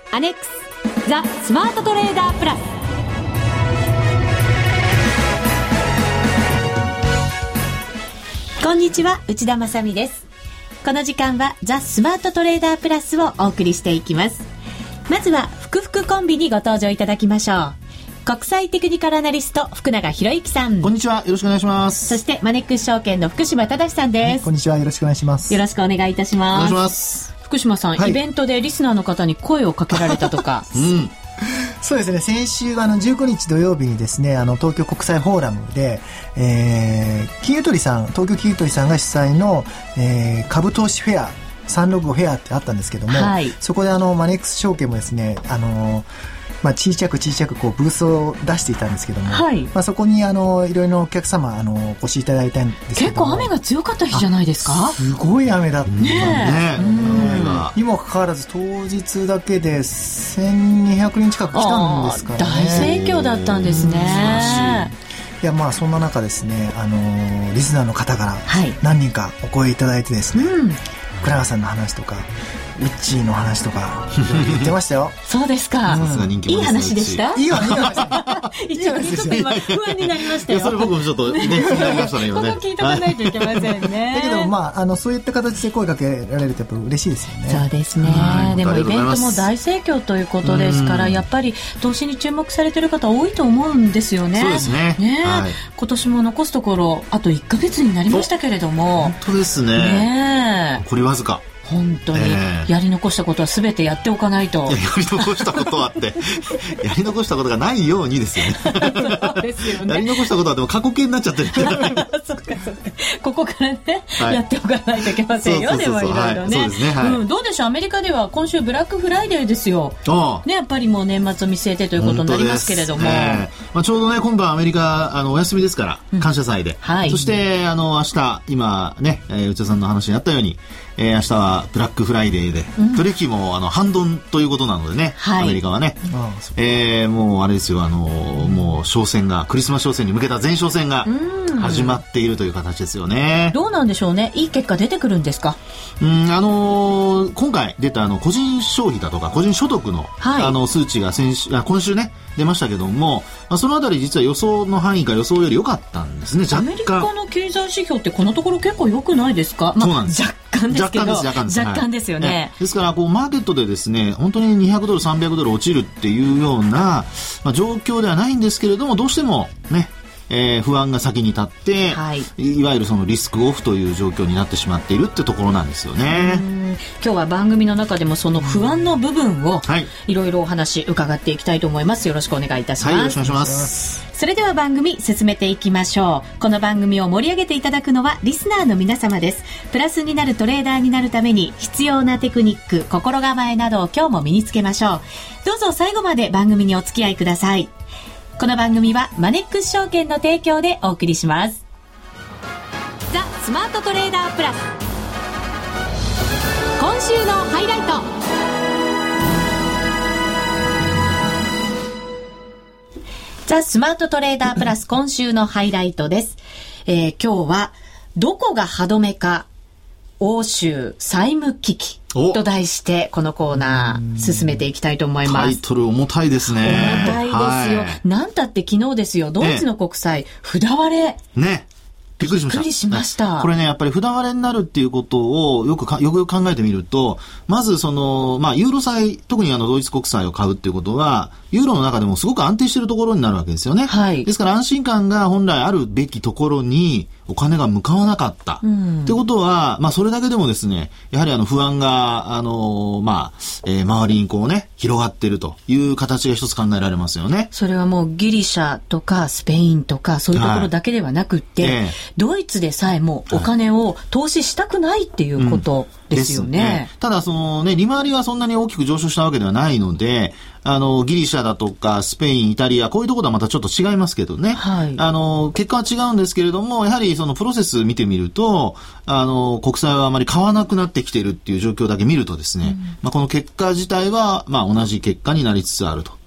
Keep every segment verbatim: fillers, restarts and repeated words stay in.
アネックスザ・スマートトレーダープラス。こんにちは、内田まさみです。この時間はザ・スマートトレーダープラスをお送りしていきます。まずはふくふくコンビにご登場いただきましょう。国際テクニカルアナリスト福永博之さん、 こんにちは、よろしくお願いします。 そしてマネックス証券の福島正さんです、はい、 こんにちは、よろしくお願いします。 よろしくお願いいたします。 お願いします。 福島さん、はい、イベントでリスナーの方に声をかけられたとか、 うん、そうですね、先週あのじゅうごにち土曜日にですね、あの東京国際フォーラムで、えー、金融取さん東京金融取さんが主催の、えー、株投資フェアさんろくごフェアってあったんですけども、はい、そこであのマネックス証券もですね、あのまあ、小さく小さくこうブースを出していたんですけども、はい、まあ、そこにあのいろいろなお客様あのお越しいただいたんですけども、 結構雨が強かった日じゃないですか。 すごい雨だったねね、 にもかかわらず当日だけでせんにひゃくにん近く来たんですからね。 大盛況だったんですね。 いや、まあそんな中ですね、あのー、リスナーの方から何人かお声いただいてですね、はい、うん、倉川さんの話とかウッチーの話とか言ってましたよ。 そうですか、うん、いい話でした。 いい話一応ちょっと今不安になりましたよ。 いや、それ僕もちょっとね、気になりましたね今ね。 ここ聞いとかないといけませんね。 だけど、まあ、あのそういった形で声かけられるとやっぱ嬉しいですよね。 そうですね、はい、でもイベントも大盛況ということですから、やっぱり投資に注目されている方多いと思うんですよね。 そうですね、 ね、 はい、 今年も残すところあといっかげつになりましたけれども、 本当ですね。 ね、 これわずか本当にやり残したことは全てやっておかないと、 えー、やり残したことはってやり残したことがないようにですよね。 そうですよね。 やり残したことはでも過去形になっちゃってる。そっかそっか、 ここからね、はい、やっておかないといけませんよ。そうそうそうそう、でもいろいろね、はい、そうですね、はい、うん、どうでしょう、アメリカでは今週ブラックフライデーですよ、ね、やっぱりもう年末を見据えてということになりますけれども、 えーまあ、ちょうどね、今度はアメリカあのお休みですから、感謝祭で、うん、はい、そしてあの明日今ね、えー、内田さんの話にあったように、えー、明日はブラックフライデーで、うん、取引もあの半ドンということなのでね、はい、アメリカはね、うん、えー、もうあれですよ、あのもう商戦がクリスマス商戦に向けた前哨戦が始まっているという形ですよね。 どうなんでしょうね、いい結果出てくるんですか。 うん、あのー、今回出たあの個人消費だとか個人所得の、はい、あの数値が先週あ今週ね出ましたけども、まあ、そのあたり実は予想の範囲が予想より良かったんですね。若干アメリカの経済指標ってこのところ結構良くないですか。まあ、そうなんです。若干ですけど、 若干です若干です、 若干ですよね、はい、 ですからこうマーケットでですね、本当ににひゃくドルさんびゃくドル落ちるっていうような、まあ、状況ではないんですけれども、どうしてもね、えー、不安が先に立って、はい、いわゆるそのリスクオフという状況になってしまっているってところなんですよね。 うん、今日は番組の中でもその不安の部分をいろいろお話伺っていきたいと思います。よろしくお願いいたします。はい、 よろしくお願いします。 それでは番組進めていきましょう。この番組を盛り上げていただくのはリスナーの皆様です。プラスになるトレーダーになるために必要なテクニック、心構えなどを今日も身につけましょう。どうぞ最後まで番組にお付き合いください。この番組はマネックス証券の提供でお送りします。ザ・スマートトレーダープラス、今週のハイライト。ザ・スマートトレーダープラス今週のハイライトです。えー、今日はどこが歯止めか、欧州債務危機と題してこのコーナー進めていきたいと思います。 タイトル重たいですね。 重たいですよ、はい、なんたって昨日ですよ、ドイツの国債、ね、札割れね、びっくりしました。 びっくりしました。 これね、やっぱり札割れになるっていうことをよくかよくよく考えてみると、まずその、まあ、ユーロ債、特にあのドイツ国債を買うっていうことは、ユーロの中でもすごく安定しているところになるわけですよね。はい。ですから安心感が本来あるべきところにお金が向かわなかった。うん、ってことは、まあ、それだけでもですね、やはりあの不安が、あの、まあ、えー、周りにこうね、広がっているという形が一つ考えられますよね。 それはもうギリシャとかスペインとかそういうところだけではなくって、はい、えー、ドイツでさえもお金を投資したくないっていうことですよね。はい、うん、ですね。 ただそのね、利回りはそんなに大きく上昇したわけではないので、あのギリシャだとかスペイン、イタリア、こういうところとはまたちょっと違いますけどね、はい、あの結果は違うんですけれども、やはりそのプロセス見てみると、あの国債はあまり買わなくなってきているっていう状況だけ見るとですね、うん、まあ、この結果自体はまあ同じ結果になりつつあると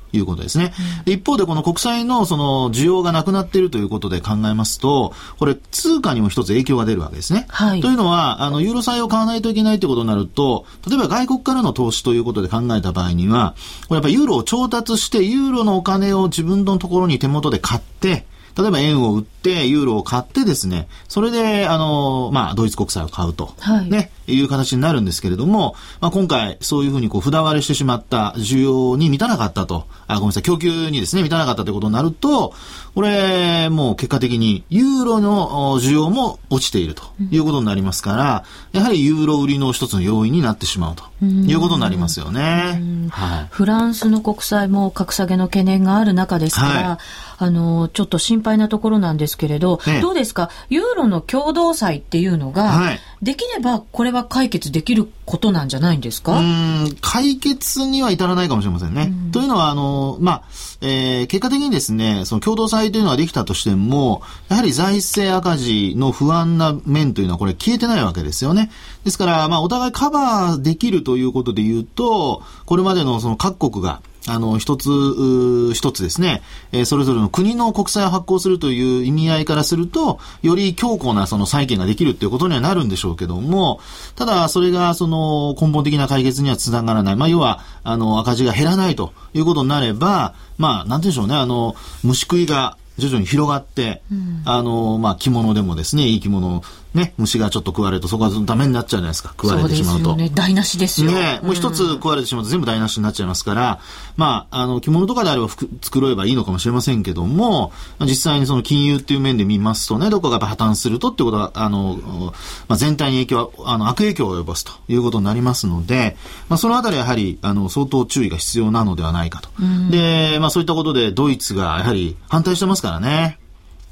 いうことですね。うん、一方でこの国債のその需要がなくなっているということで考えますと、これ通貨にも一つ影響が出るわけですね。はい、というのは、あの、ユーロ債を買わないといけないということになると、例えば外国からの投資ということで考えた場合には、これやっぱりユーロを調達して、ユーロのお金を自分のところに手元で買って、例えば円を売って、ユーロを買ってですね、それで、あの、まあ、ドイツ国債を買うと、はい、ね、いう形になるんですけれども、まあ、今回、そういうふうにこう、札割れしてしまった需要に満たなかったと、あ、ごめんなさい、供給にですね、満たなかったということになると、これ、もう結果的に、ユーロの需要も落ちているということになりますから、うん、やはりユーロ売りの一つの要因になってしまうということになりますよね。 はい、フランスの国債も格下げの懸念がある中ですから、はい、あの、ちょっと心配なところなんですけれど、ね、どうですか、ユーロの共同債っていうのが、はい、できればこれは解決できることなんじゃないんですか？ うーん、解決には至らないかもしれませんね。というのは、あの、まあ、えー、結果的にですね、その共同債というのができたとしても、やはり財政赤字の不安な面というのはこれ消えてないわけですよね。ですから、まあ、お互いカバーできるということで言うと、これまでのその各国が、あの、一つ、一つですね、えー、それぞれの国の国債を発行するという意味合いからすると、より強固なその債権ができるということにはなるんでしょうけども、ただ、それがその根本的な解決にはつながらない。まあ、要は、あの、赤字が減らないということになれば、まあ、なんて言うんでしょうね、あの、虫食いが徐々に広がって、うん、あの、まあ、着物でもですね、いい着物ね、虫がちょっと食われるとそこはダメになっちゃうじゃないですか、食われてしまうと。そうですよね、 台無しですよ。 ね、もう一つ食われてしまうと全部台無しになっちゃいますから、まあ、あの、着物とかであれば服作ればいいのかもしれませんけども、実際にその金融っていう面で見ますとね、どこかが破綻するとってことは、あの、まあ、全体に影響、あの、悪影響を及ぼすということになりますので、まあ、そのあたりはやはり、あの、相当注意が必要なのではないかと。で、まあ、そういったことでドイツがやはり反対してますからね。うん、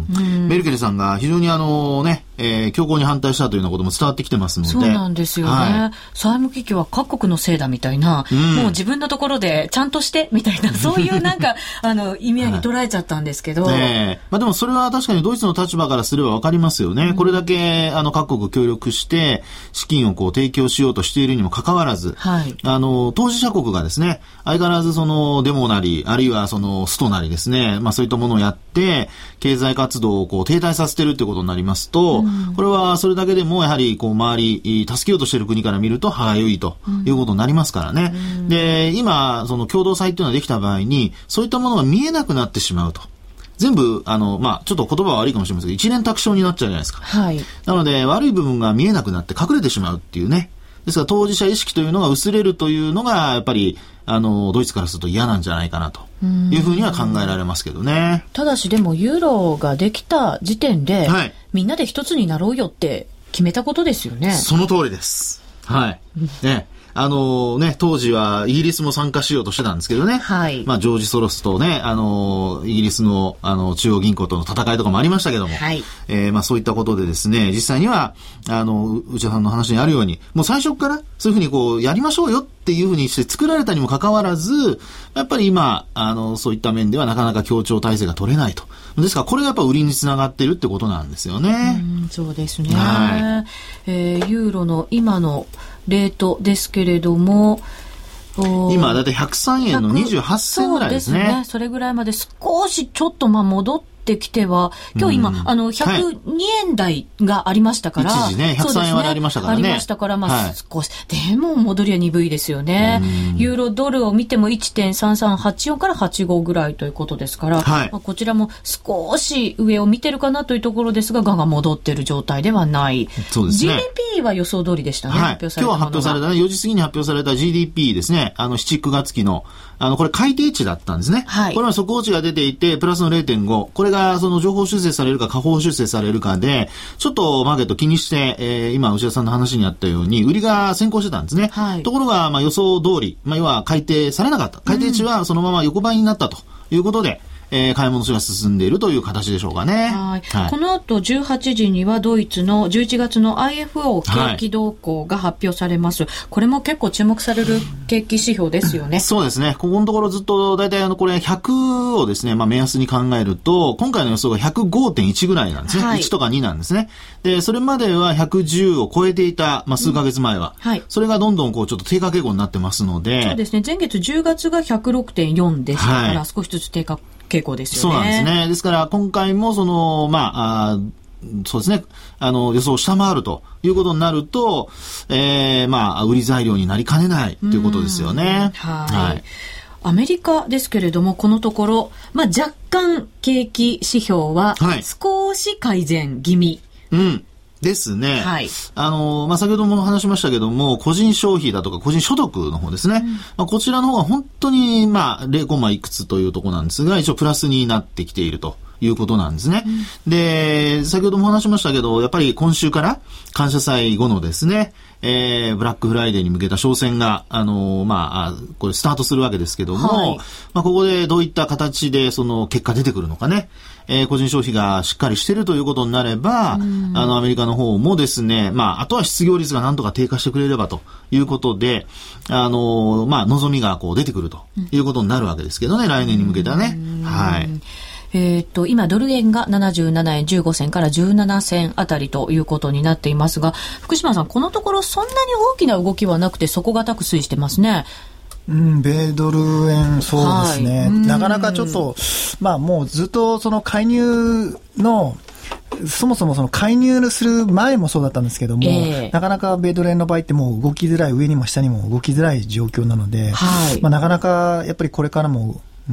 うん、メルケルさんが非常にあのね、えー、強硬に反対したというようなことも伝わってきてますので。 そうなんですよね。はい、債務危機は各国のせいだみたいな、うん、もう自分のところでちゃんとしてみたいな、そういうなんか、あの、意味合いに捉えちゃったんですけど。 はい、ね、まあでもそれは確かにドイツの立場からすればわかりますよね。うん、これだけ、あの、各国協力して、資金をこう提供しようとしているにもかかわらず、はい、あの、当事者国がですね、相変わらずその、デモなり、あるいはその、ストなりですね、まあそういったものをやって、経済活動をこう停滞させているということになりますと、うん、これはそれだけでもやはりこう周り助けようとしている国から見ると歯がゆいということになりますからね。うん、で、今その共同債というのができた場合にそういったものが見えなくなってしまうと。全部、あの、まあ、ちょっと言葉は悪いかもしれませんけど、一連卓上になっちゃうじゃないですか。はい。なので、悪い部分が見えなくなって隠れてしまうっていうね。ですから、当事者意識というのが薄れるというのが、やっぱり、あの、ドイツからすると嫌なんじゃないかなというふうには考えられますけどね。 ただし、でも、ユーロができた時点で、はい、みんなで一つになろうよって決めたことですよね。 その通りです。はい。ね。あのね、当時はイギリスも参加しようとしてたんですけどね。はい。まあ、ジョージ・ソロスとね、あの、イギリスの、あの、中央銀行との戦いとかもありましたけども。はい。えー、まあ、そういったことでですね、実際には、あの、内田さんの話にあるように、もう最初からそういうふうにこう、やりましょうよっていうふうにして作られたにもかかわらず、やっぱり今、あの、そういった面ではなかなか協調体制が取れないと。ですから、これがやっぱ売りにつながっているってことなんですよね。 うん、そうですね。はい。えー、ユーロの今のレートですけれども、 今だいたいひゃくさんえんのにじゅうはちせんぐらいですね。そうですね。 それぐらいまで少しちょっとまあ戻ってきては、今日今、うん、あのひゃくにえん台がありましたから、 はい、一時ねひゃくさんえん割ありましたからね。 ありましたからまあ少し、はい、でも戻りは鈍いですよね。ユーロドルを見ても いってんさんさんはちよん からはちじゅうごぐらいということですから、はい、まあ、こちらも少し上を見てるかなというところですが、ガが戻っている状態ではない。 そうですね。 ジーディーピー は予想通りでしたね。 はい、発表された今日発表されたね、よじ過ぎに発表された ジーディーピー ですね。あのなな、くがつ期のあのこれ改定値だったんですね。はい、これは速報値が出ていてプラスの れいてんご、これがその情報修正されるか下方修正されるかでちょっとマーケット気にして、えー、今内田さんの話にあったように売りが先行してたんですね。はい、ところがまあ予想通り、まあ、要は改定されなかった。改定値はそのまま横ばいになったということで、 えー、買い戻しが進んでいるという形でしょうかね。 はいはい、この後じゅうはちじにはドイツのじゅういちがつの アイエフオー 景気動向が発表されます、はい、これも結構注目される景気指標ですよね。 そうですね。ここのところずっと大体あのこれひゃくをですね、まあ、目安に考えると今回の予想が ひゃくごてんいち ぐらいなんですね、はい、いちとかになんですね。でそれまではひゃくじゅうを超えていた、まあ、数ヶ月前は、うんはい、それがどんどんこうちょっと低下傾向になってますので。 そうですね。前月じゅうがつが ひゃくろくてんよん でしたから、はい、少しずつ低下傾向ですよね。 そうなんですね。ですから今回もそのまああそうですね。あの予想を下回るということになると、えー、まあ売り材料になりかねないということですよね。 はい。はい、アメリカですけれどもこのところ、まあ若干景気指標は少し改善気味。 はい、うん。ですね。 はい。 あの、まあ、先ほども話しましたけども、個人消費だとか個人所得の方ですね。うんまあ、こちらの方が本当に、まあ、ゼロ. いくつというところなんですが、一応プラスになってきているということなんですね。うん、で、先ほども話しましたけど、やっぱり今週から感謝祭後のですね、えー、ブラックフライデーに向けた商戦が、あのー、まあ、これスタートするわけですけども、はい、まあ、ここでどういった形でその結果出てくるのかね、えー、個人消費がしっかりしているということになれば、あの、アメリカの方もですね、まあ、あとは失業率がなんとか低下してくれればということで、あのー、まあ、望みがこう出てくるということになるわけですけどね、来年に向けてはね。はい。 えー、と今ドル円がななじゅうななえんじゅうごせんからじゅうななせんあたりということになっていますが、福島さんこのところそんなに大きな動きはなくて底堅く推移してますね。 うん、米ドル円そうですね、はい、なかなかちょっとまあもうずっとその介入のそもそもその介入する前もそうだったんですけども、えー、なかなか米ドル円の場合ってもう動きづらい、上にも下にも動きづらい状況なので、はいまあ、なかなかやっぱりこれからもうん、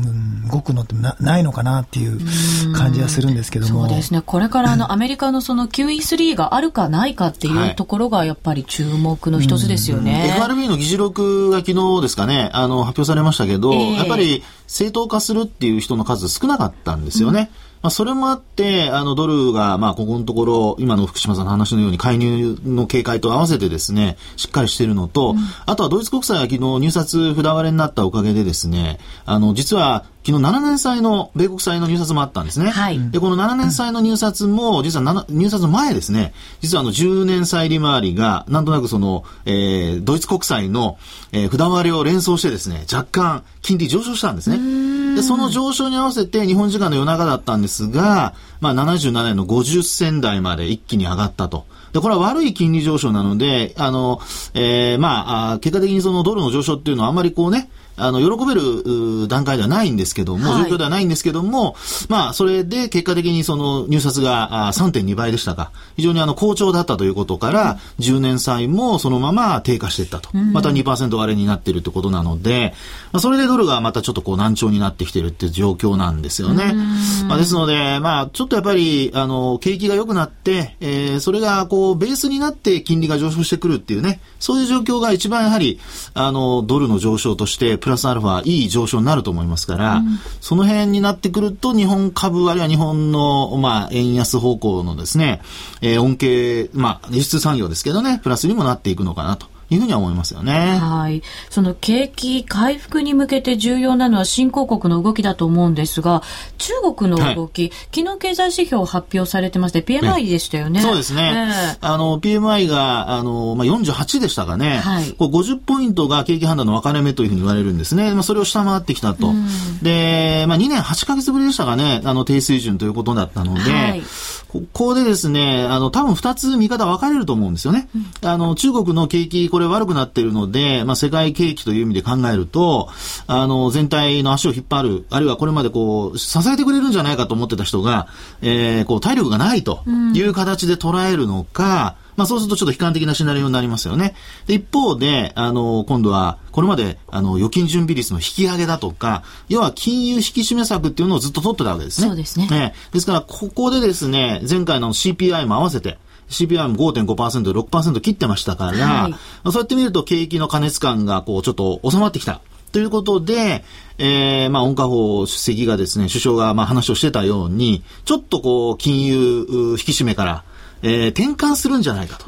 動くのって な, ないのかなっていう感じはするんですけども。 そうですね。これからあのアメリカのその キューイースリー があるかないかっていうところがやっぱり注目の一つですよね。 はい、エフアールビー の議事録が昨日ですかね、あの発表されましたけど、えー、やっぱり正当化するっていう人の数少なかったんですよね。うんまあ、それもあって、あの、ドルが、まあ、ここのところ、今の福島さんの話のように、介入の警戒と合わせてですね、しっかりしているのと、うん、あとはドイツ国債が昨日入札札割れになったおかげでですね、あの、実は、昨日ななねん債の米国債の入札もあったんですね。はい、で、このななねん債の入札も、実は入札の前ですね、実はあのじゅうねん債利回りが、なんとなくその、えー、ドイツ国債の、えー、札割れを連想してですね、若干金利上昇したんですね。で、その上昇に合わせて日本時間の夜中だったんですが、まあななじゅうななえんのごじゅっせん台まで一気に上がったと。で、これは悪い金利上昇なので、あの、えー、まあ、結果的にそのドルの上昇っていうのはあんまりこうね、あの、喜べる段階ではないんですけども、はい、状況ではないんですけども、まあ、それで結果的にその入札が さんてんに 倍でしたか。非常にあの、好調だったということから、うん、じゅうねん債もそのまま低下していったと。うん、また にパーセント 割れになっているということなので、まあ、それでドルがまたちょっとこう難聴になってきているっていう状況なんですよね。まあ、ですので、まあ、ちょっとやっぱり、あの、景気が良くなって、えー、それがこう、ベースになって金利が上昇してくるっていうね、そういう状況が一番やはり、あの、ドルの上昇として、プラスアルファいい上昇になると思いますから、うん、その辺になってくると日本株あるいは日本の、まあ、円安方向のですね、えー、恩恵、まあ、輸出産業ですけどね、プラスにもなっていくのかなというふうには思いますよね。 はい。その景気回復に向けて重要なのは新興国の動きだと思うんですが、中国の動き、はい、昨日経済指標発表されてまして ピーエムアイ でしたよね。 そうですね。えー、あの ピーエムアイ があの、まあ、よんじゅうはちでしたかね。はい、こうごじゅっポイントが景気判断の分かれ目というふうに言われるんですね。まあ、それを下回ってきたと。で、まあ、にねんはちかげつぶりでしたかね。あの低水準ということだったので、はい、ここでですね、あの多分ふたつ見方分かれると思うんですよね。うん、あの中国の景気これ悪くなっているので、まあ、世界景気という意味で考えると、あの全体の足を引っ張る、あるいはこれまでこう支えてくれるんじゃないかと思ってた人が、えー、こう体力がないという形で捉えるのか、うん、まあそうするとちょっと悲観的なシナリオになりますよね。で、一方で、あの、今度は、これまで、あの、預金準備率の引き上げだとか、要は金融引き締め策っていうのをずっと取ってたわけですね。 そうですね。 ね。ですから、ここでですね、前回の シーピーアイ も合わせて、シーピーアイ も ごてんごパーセント で ろくパーセント 切ってましたから、はい、まあ、そうやって見ると景気の過熱感がこうちょっと収まってきた。ということで、えー、まあ、温家宝主席がですね、首相がまあ話をしてたように、ちょっとこう、金融引き締めから、えー、転換するんじゃないかと。うん、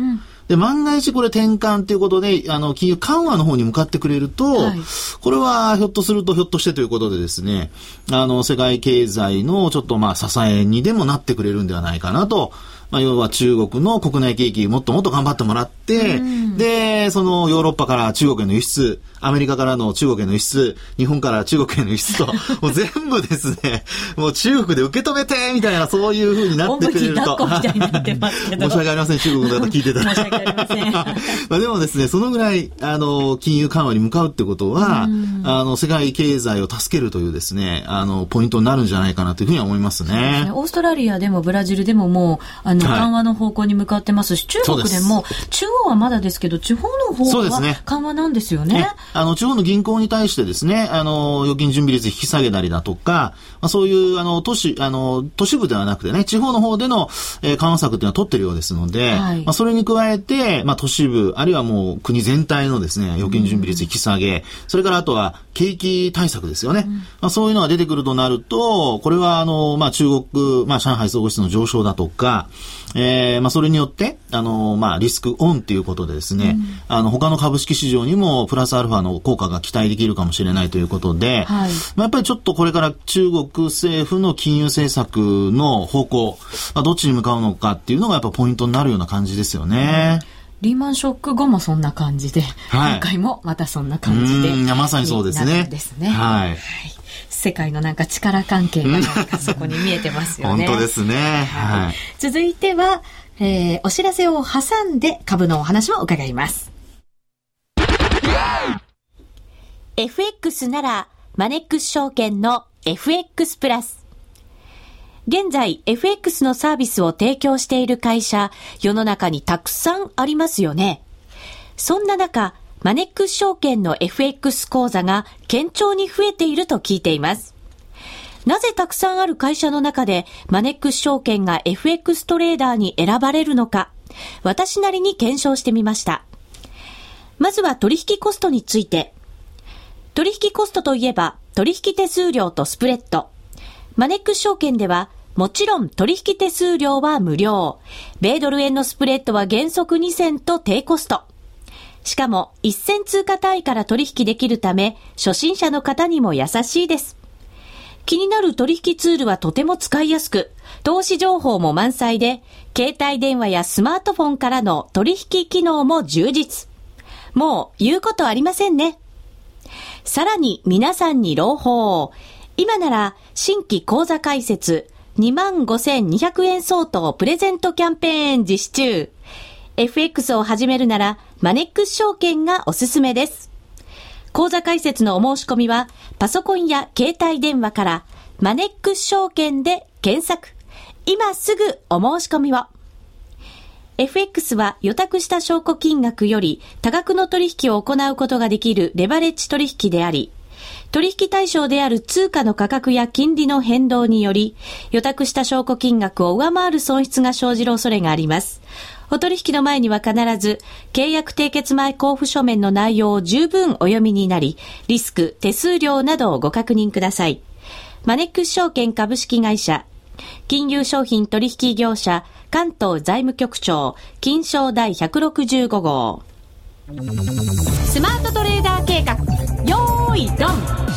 で、万が一これ転換ということで、あの、金融緩和の方に向かってくれると、はい、これはひょっとするとひょっとしてということでですね、あの、世界経済のちょっとまあ支えにでもなってくれるんではないかなと。まあ、要は中国の国内景気もっともっと頑張ってもらって、うん、で、そのヨーロッパから中国への輸出、アメリカからの中国への輸出、日本から中国への輸出と、もう全部ですね、もう中国で受け止めてみたいな、そういう風になってくれると。 みたいになってますけど。 申し訳ありません、中国の方聞いてたら。 申し訳ありません。まあでもですね、そのぐらい、あの、金融緩和に向かうってことは、あの、世界経済を助けるというですね、あの、ポイントになるんじゃないかなというふうには思いますね。そうですね。 オーストラリアでもブラジルでももう、あの、緩和の方向に向かってますし、中国でも、中央はまだですけど、地方の方は緩和なんですよね。ね、 あの、地方の銀行に対してですね、あの、預金準備率引き下げたりだとか、まあ、そういう、あの、都市、あの、都市部ではなくてね、地方の方での、えー、緩和策っていうのは取ってるようですので、はい、まあ、それに加えて、まあ、都市部、あるいはもう国全体のですね、預金準備率引き下げ、うん、それからあとは景気対策ですよね。うん、まあ、そういうのが出てくるとなると、これはあの、まあ、中国、まあ、上海総合指数の上昇だとか、えー、まあ、それによって、あの、まあ、リスクオンっていうことでですね、うん、あの、他の株式市場にもプラスアルファの効果が期待できるかもしれないということで、はい、まあ、やっぱりちょっとこれから中国政府の金融政策の方向、まあ、どっちに向かうのかっていうのがやっぱポイントになるような感じですよね。うん、 リーマンショック後もそんな感じで、はい、今回もまたそんな感じで。 うん、いやまさにそうですね。 ですね。 はい。はい、 世界のなんか力関係がなんかそこに見えてますよね。 本当ですね。はい。 続いては、えー、お知らせを挟んで株のお話を伺います。エフエックス ならマネックス証券の エフエックス プラス。現在 エフエックス のサービスを提供している会社、世の中にたくさんありますよね。そんな中、マネックス証券の エフエックス 口座が堅調に増えていると聞いています。なぜたくさんある会社の中でマネックス証券が エフエックス トレーダーに選ばれるのか、私なりに検証してみました。まずは取引コストについて。取引コストといえば取引手数料とスプレッド。マネックス証券ではもちろん取引手数料は無料。米ドル円のスプレッドは原則に銭と低コスト。しかもいっ銭通貨単位から取引できるため、初心者の方にも優しいです。気になる取引ツールはとても使いやすく、投資情報も満載で、携帯電話やスマートフォンからの取引機能も充実。もう言うことありませんね。さらに皆さんに朗報。今なら新規口座開設 にまんごせんにひゃくえん相当プレゼントキャンペーン実施中。エフエックス を始めるならマネックス証券がおすすめです。口座開設のお申し込みはパソコンや携帯電話からマネックス証券で検索。今すぐお申し込みを。エフエックス は予託した証拠金額より多額の取引を行うことができるレバレッジ取引であり、取引対象である通貨の価格や金利の変動により、予託した証拠金額を上回る損失が生じる恐れがあります。お取引の前には必ず、契約締結前交付書面の内容を十分お読みになり、リスク、手数料などをご確認ください。マネックス証券株式会社、金融商品取引業者、関東財務局長、金商第ひゃくろくじゅうご号。スマートトレーダー計画、よーいドン。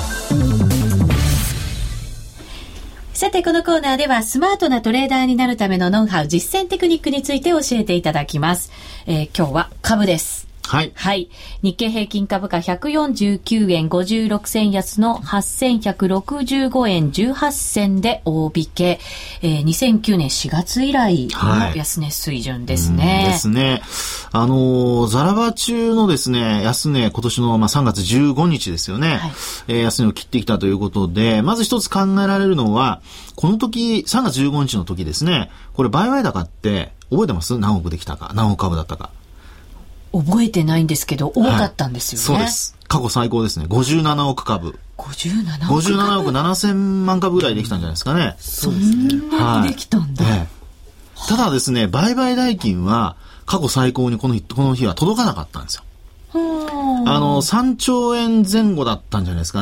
さてこのコーナーではスマートなトレーダーになるためのノウハウ、実践テクニックについて教えていただきます。えー、今日は株です。 はい。 はい。日経平均株価ひゃくよんじゅうきゅうえんごじゅうろく銭安のはっせんひゃくろくじゅうごえんじゅうはち銭で大引け、えー、にせんきゅうねんしがつ以来の安値水準ですね。 はい、ですね。あのー、ザラバ中のですね、安値、今年のまあさんがつじゅうごにちですよね。はい、えー、安値を切ってきたということで、まず一つ考えられるのは、この時、さんがつじゅうごにちの時ですね、これ売買高って覚えてます？何億できたか、何億株だったか。 覚えてないんですけど多かったんですよね。 はい、そうです。過去最高ですね。ごじゅうななおく株。 ごじゅうななおく株。 ごじゅうななおくななせんまん株ぐらいできたんじゃないですかね。 そんなにできたんだ。はい、ええ、ただですね、売買代金は過去最高にこの日、この日は届かなかったんですよ。あのさんちょうえんぜん後だったんじゃないですかね。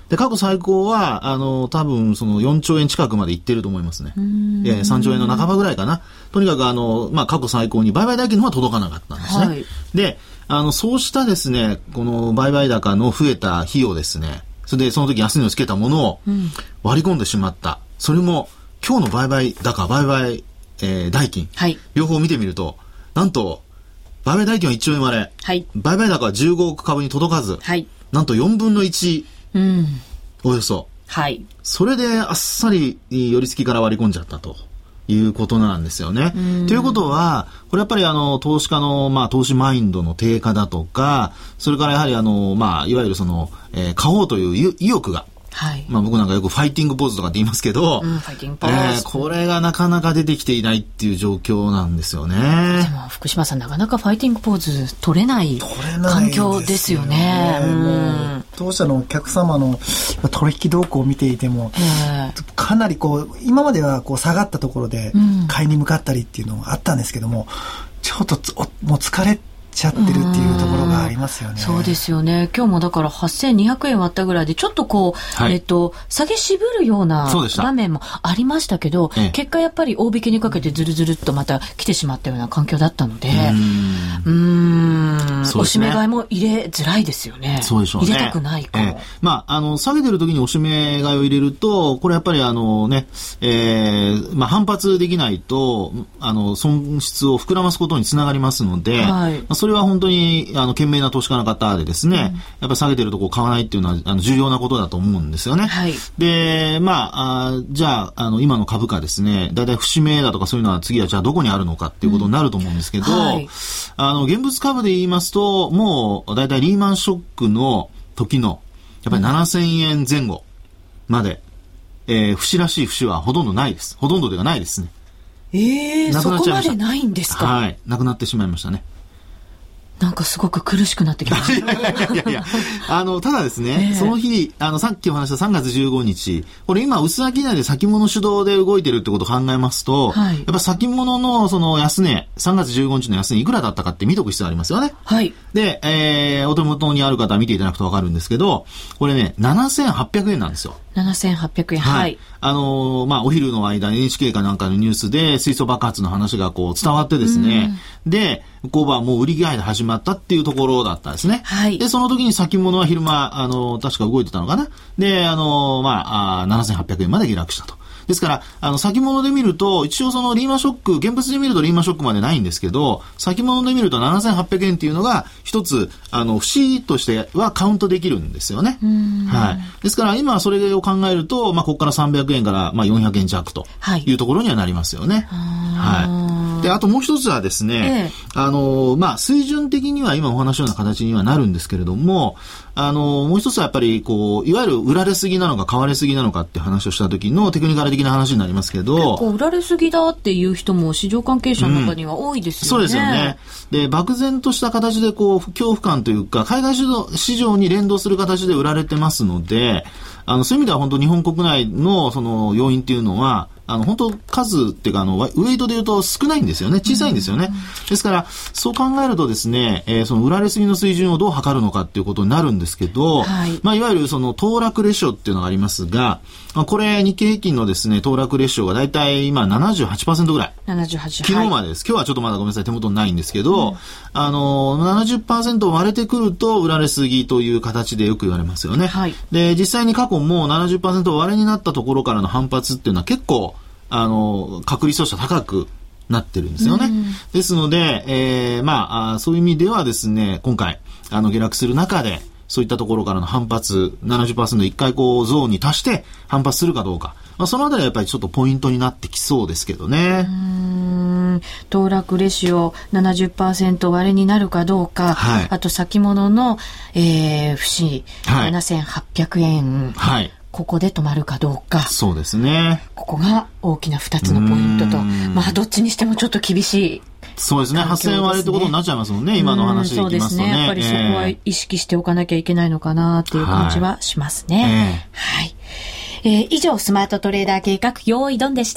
で、過去最高は、あの、多分、そのよんちょうえん近くまでいってると思いますね。えー、さんちょうえんの半ばぐらいかな。とにかく、あの、まあ、過去最高に売買代金の方は届かなかったんですね。はい、で、あの、そうしたですね、この売買高の増えた費用ですね。それで、その時安値をつけたものを割り込んでしまった。それも、今日の売買高、売買、えー、代金、はい、両方見てみると、なんと、売買代金はいっちょうえん割れ、はい、売買高はじゅうごおく株に届かず、はい、なんとよんぶんのいち、うん、およそ、はい、それであっさり寄り付きから割り込んじゃったということなんですよね。ということは、これやっぱりあの投資家のまあ投資マインドの低下だとか、それからやはりあのまあいわゆるその、えー、買おうという意欲が、はい、まあ僕なんかよくファイティングポーズとかって言いますけど、うん、ファイティングポーズ、えー、これがなかなか出てきていないっていう状況なんですよね。 でも福島さん、なかなかファイティングポーズ取れない環境ですよね。 うん、当社のお客様の取引動向を見ていても、えー、かなりこう今まではこう下がったところで買いに向かったりっていうのがあったんですけども、うん、ちょっともう疲れちゃってるっていうところがありますよね。 そうですよね。今日もだからはっせんにひゃくえん割ったぐらいでちょっとこう、はい、えっと下げ渋るような場面もありましたけど、ええ、結果やっぱり大引けにかけてずるずるっとまた来てしまったような環境だったので、うーん、うーん、ね、おしめ買いも入れづらいですよね。 そうでしょうね。 入れたくないかも。ええ、 まああの下げてる時におしめ買いを入れると、これやっぱりあのね、えー、まあ反発できないとあの損失を膨らますことにつながりますので、はい、まあ、それは本当にあの賢明な投資家の方でですね、うん、やっぱり下げてるとこを買わないっていうのはあの重要なことだと思うんですよね。はい、で、まあ、あじゃあ、あの今の株価ですね、だいたい節目だとかそういうのは次はじゃあどこにあるのかっていうことになると思うんですけど、うん、はい、あの現物株で言いますと、もうだいたいリーマンショックの時のやっぱりななせんえんぜん後まで、えー、節らしい節はほとんどないです。ほとんどではないですね。 ええー、そこまでないんですか。 はい、なくなってしまいましたね。 なんかすごく苦しくなってきました。いやいやいやいや、 あの、ただですね、えー、その日、あの、さっきお話したさんがつじゅうごにち、これ今、薄商いで先物主導で動いてるってことを考えますと、はい、やっぱ先物のその安値、さんがつじゅうごにちの安値いくらだったかって見とく必要ありますよね。はい。で、えー、お手元にある方は見ていただくとわかるんですけど、これね、ななせんはっぴゃくえんなんですよ。 ななせんはっぴゃくえん、はい。はい、あのー、まあ、お昼の間、エヌエイチケー かなんかのニュースで水素爆発の話がこう伝わってですね、で、こうはもう売り買いで始まったっていうところだったんですね。はい。で、その時に先物は昼間、あのー、確か動いてたのかな。で、あのー、まあ、あななせんはっぴゃくえんまで下落したと。ですから、あの、先物で見ると、一応そのリーマンショック、現物で見るとリーマンショックまでないんですけど、先物で見るとななせんはっぴゃくえんっていうのが、一つ、あの、節としてはカウントできるんですよね。はい。ですから、今それを考えると、まあ、ここからさんびゃくえんから、まあ、よんひゃくえん弱というところにはなりますよね。はい。はい。で、あともう一つはですね、ええ、あの、まあ、水準的には今お話のような形にはなるんですけれども、あの、もう一つはやっぱり、こう、いわゆる売られすぎなのか買われすぎなのかっていう話をした時のテクニカル的な話になりますけど、 結構売られすぎだっていう人も市場関係者の中には多いですよね。うん、そうですよね。 で、漠然とした形でこう、恐怖感というか、海外市場に連動する形で売られてますので、あの、そういう意味では本当日本国内のその要因っていうのは、あの、本当数っていうか、あの、ウェイトで言うと少ないんですよね。小さいんですよね。ですから、そう考えるとですね、えー、その売られすぎの水準をどう測るのかっていうことになるんですけど、はい。まあ、いわゆるその、騰落レシオっていうのがありますが、まあ、これ、日経平均のですね、騰落レシオがだいたい今 ななじゅうはちパーセント ぐらい。 ななじゅうはち、 昨日までです。今日はちょっとまだごめんなさい、手元にないんですけど、うん、あの、ななじゅっパーセント 割れてくると、売られすぎという形でよく言われますよね。はい。で、実際に過去も ななじゅっパーセント 割れになったところからの反発っていうのは結構、あの、確率としては高くなってるんですよね。ですので、えー、まあ、そういう意味ではですね、今回、あの、下落する中で、そういったところからの反発、ななじゅっパーセント 一回こう、ゾーンに達して反発するかどうか。まあ、そのあたりはやっぱりちょっとポイントになってきそうですけどね。 うーん、騰落レシオ ななじゅっパーセント 割れになるかどうか、はい、あと先物の、えー、節、はい、ななせんはっぴゃくえん。はい。ここで止まるかどうか。 そうですね。 ここが大きなふたつのポイントと、まあどっちにしてもちょっと厳しい。 そうですね。はっせんえん割れってことになっちゃいますもんね。今の話でいきますとね。そうですね。 やっぱりそこは意識しておかなきゃいけないのかなっていう感じはしますね。はい。はい、えー、以上、スマートトレーダー計画、用意ドンでした。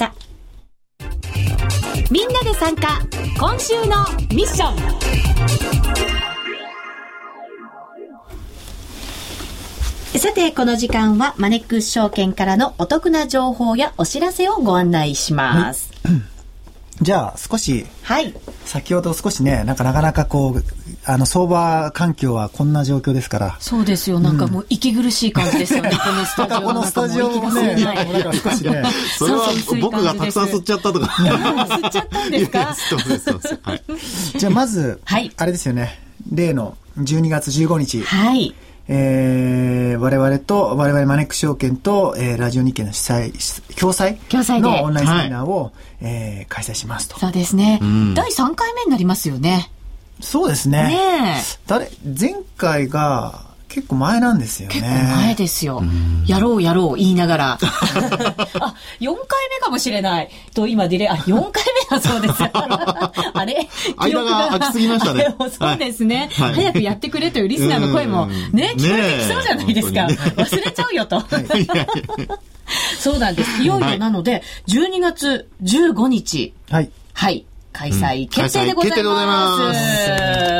みんなで参加、今週のミッション。 さて、この時間はマネックス証券からのお得な情報やお知らせをご案内します。 はい、じゃあ少し、はい、先ほど少しね、なんかなかなかこうあの相場環境はこんな状況ですから。 そうですよ、なんかもう息苦しい感じですよね、うん、このスタジオ。 このスタジオもね、なんか少しね。 それは僕がたくさん吸っちゃったとか。 吸っちゃったんですか。 そうですそうです。はい。 じゃあまず、はい、あれですよね、例のじゅうにがつじゅうごにち。はい。えー、我々と我々マネックス証券と、えー、ラジオ日経の主催共催のオンラインセミナーを、はい、えー、開催しますと。 そうですね、うん、だいさんかいめになりますよね。 そうですね。ねえ、誰前回が結構前なんですよね。 結構前ですよ。やろうやろう言いながらあ、よんかいめかもしれないと今ディレイ、あ、よんかいめだそうですあれ、 間が空きすぎましたねそうですね、はい、早くやってくれというリスナーの声もね、聞こえてきそうじゃないですか、ね、忘れちゃうよとそうなんです。いよいよなので、はい、じゅうにがつじゅうごにち、はい、はい、開催決定でございます。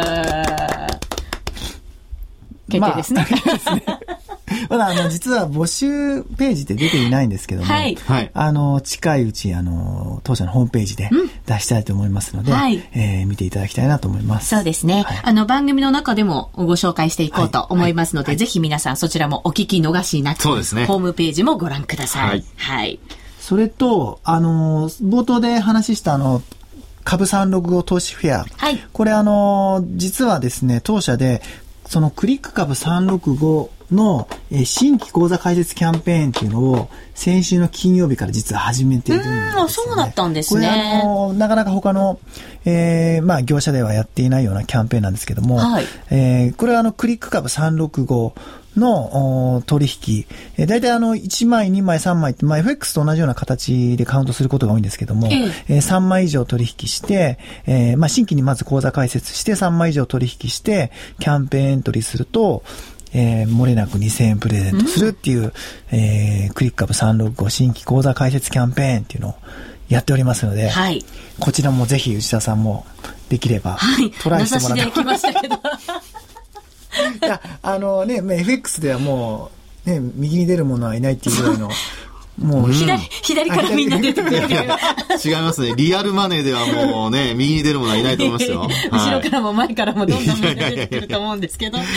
決定ですね。 まだあの実は募集ページって出ていないんですけども、はい、あの近いうちあの当社のホームページで出したいと思いますので、うん、はい、えー、見ていただきたいなと思います。 そうですね。はい、あの番組の中でもご紹介していこうと思いますので、はいはい、ぜひ皆さんそちらもお聞き逃しなく、そうですね、ホームページもご覧ください。はい。はい、 それとあの冒頭で話したあの株さんろくご投資フェア、はい、これあの実はですね、当社でそのクリック株さんろくごの新規口座開設キャンペーンっていうのを先週の金曜日から実は始めているんですよね。 うん、そうだったんですね。 これあのなかなか他の、えー、まあ業者ではやっていないようなキャンペーンなんですけども、はい、えー、これはあのクリック株さんろくごの取引、えー、だいたいあのいちまいにまいさんまいって、まあ、エフエックス と同じような形でカウントすることが多いんですけども、えー、さんまい以上取引して、えー、まあ新規にまず口座開設してさんまい以上取引してキャンペーンエントリーすると、えー、漏れなくにせんえんプレゼントするっていう、うん、えー、クリック株さんろくご新規口座開設キャンペーンっていうのをやっておりますので、はい、こちらもぜひ内田さんもできればトライしてもらって、はい、名指しで来ましたけどいやあのね エフエックス ではもうね右に出る者はいないっていうぐらいのもう左、左からみんな出てくる違いますね。リアルマネーではもうね、右に出る者はいないと思いますよ。 後ろからも前からもどんどんみんな出てくると思うんですけど。はい、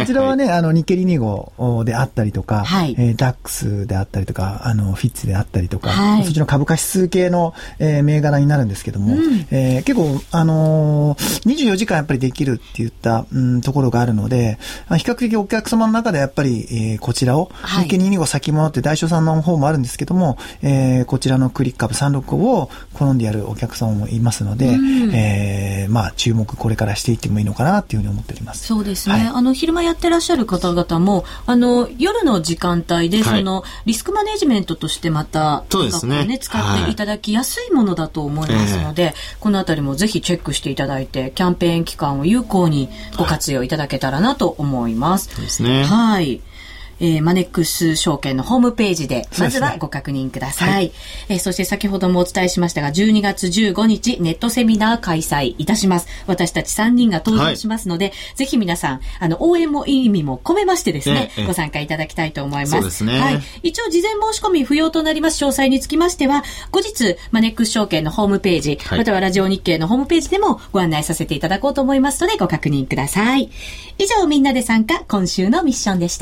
こちらはね、あの、ニケリにごうであったりとか、はい、えー、ダックス であったりとか、あの、フィッツであったりとか、はい、そっちの株価指数系の、えー、銘柄になるんですけども、うん、えー、結構、あのー、にじゅうよじかんやっぱりできるっていった、うん、ところがあるので、比較的お客様の中でやっぱり、えー、こちらを、はい、ニケにじゅうご先物って大将さんの方もあるんですけども、えー、こちらのクリック株さんろくごを好んでやるお客様もいますので、うん、えー、まあ注目これからしていってもいいのかなっていうふうに思っております。 そうですね、はい、あの昼間やってらっしゃる方々もあの夜の時間帯で、はい、そのリスクマネジメントとしてまたそうですね、 ね、使っていただきやすいものだと思いますので、はい、このあたりもぜひチェックしていただいてキャンペーン期間を有効にご活用いただけたらなと思います。 そうですね。 はい。えー、マネックス証券のホームページでまずはご確認ください。はい、えー、そして先ほどもお伝えしましたがじゅうにがつじゅうごにちネットセミナー開催いたします。私たちさんにんが登場しますので、はい、ぜひ皆さんあの応援も意味も込めましてですね、ええ、ご参加いただきたいと思います。 そうですね。 はい、一応事前申し込み不要となります。詳細につきましては後日マネックス証券のホームページ、はい、またはラジオ日経のホームページでもご案内させていただこうと思いますのでご確認ください。以上みんなで参加今週のミッションでした。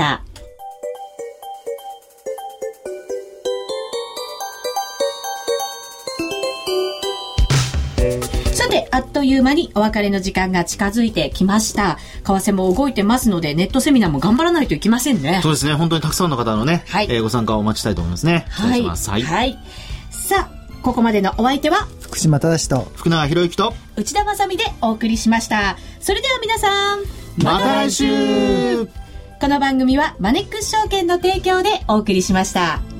あっという間にお別れの時間が近づいてきました。為替も動いてますのでネットセミナーも頑張らないといけませんね。 そうですね。本当にたくさんの方のね、はい、えー、ご参加をお待ちしたいと思いますね。 はい、 お願いします。はい、 はい、さあここまでのお相手は福島正と福永博之と内田まさみでお送りしました。それでは皆さんまた来週。 この番組はマネックス証券の提供でお送りしました。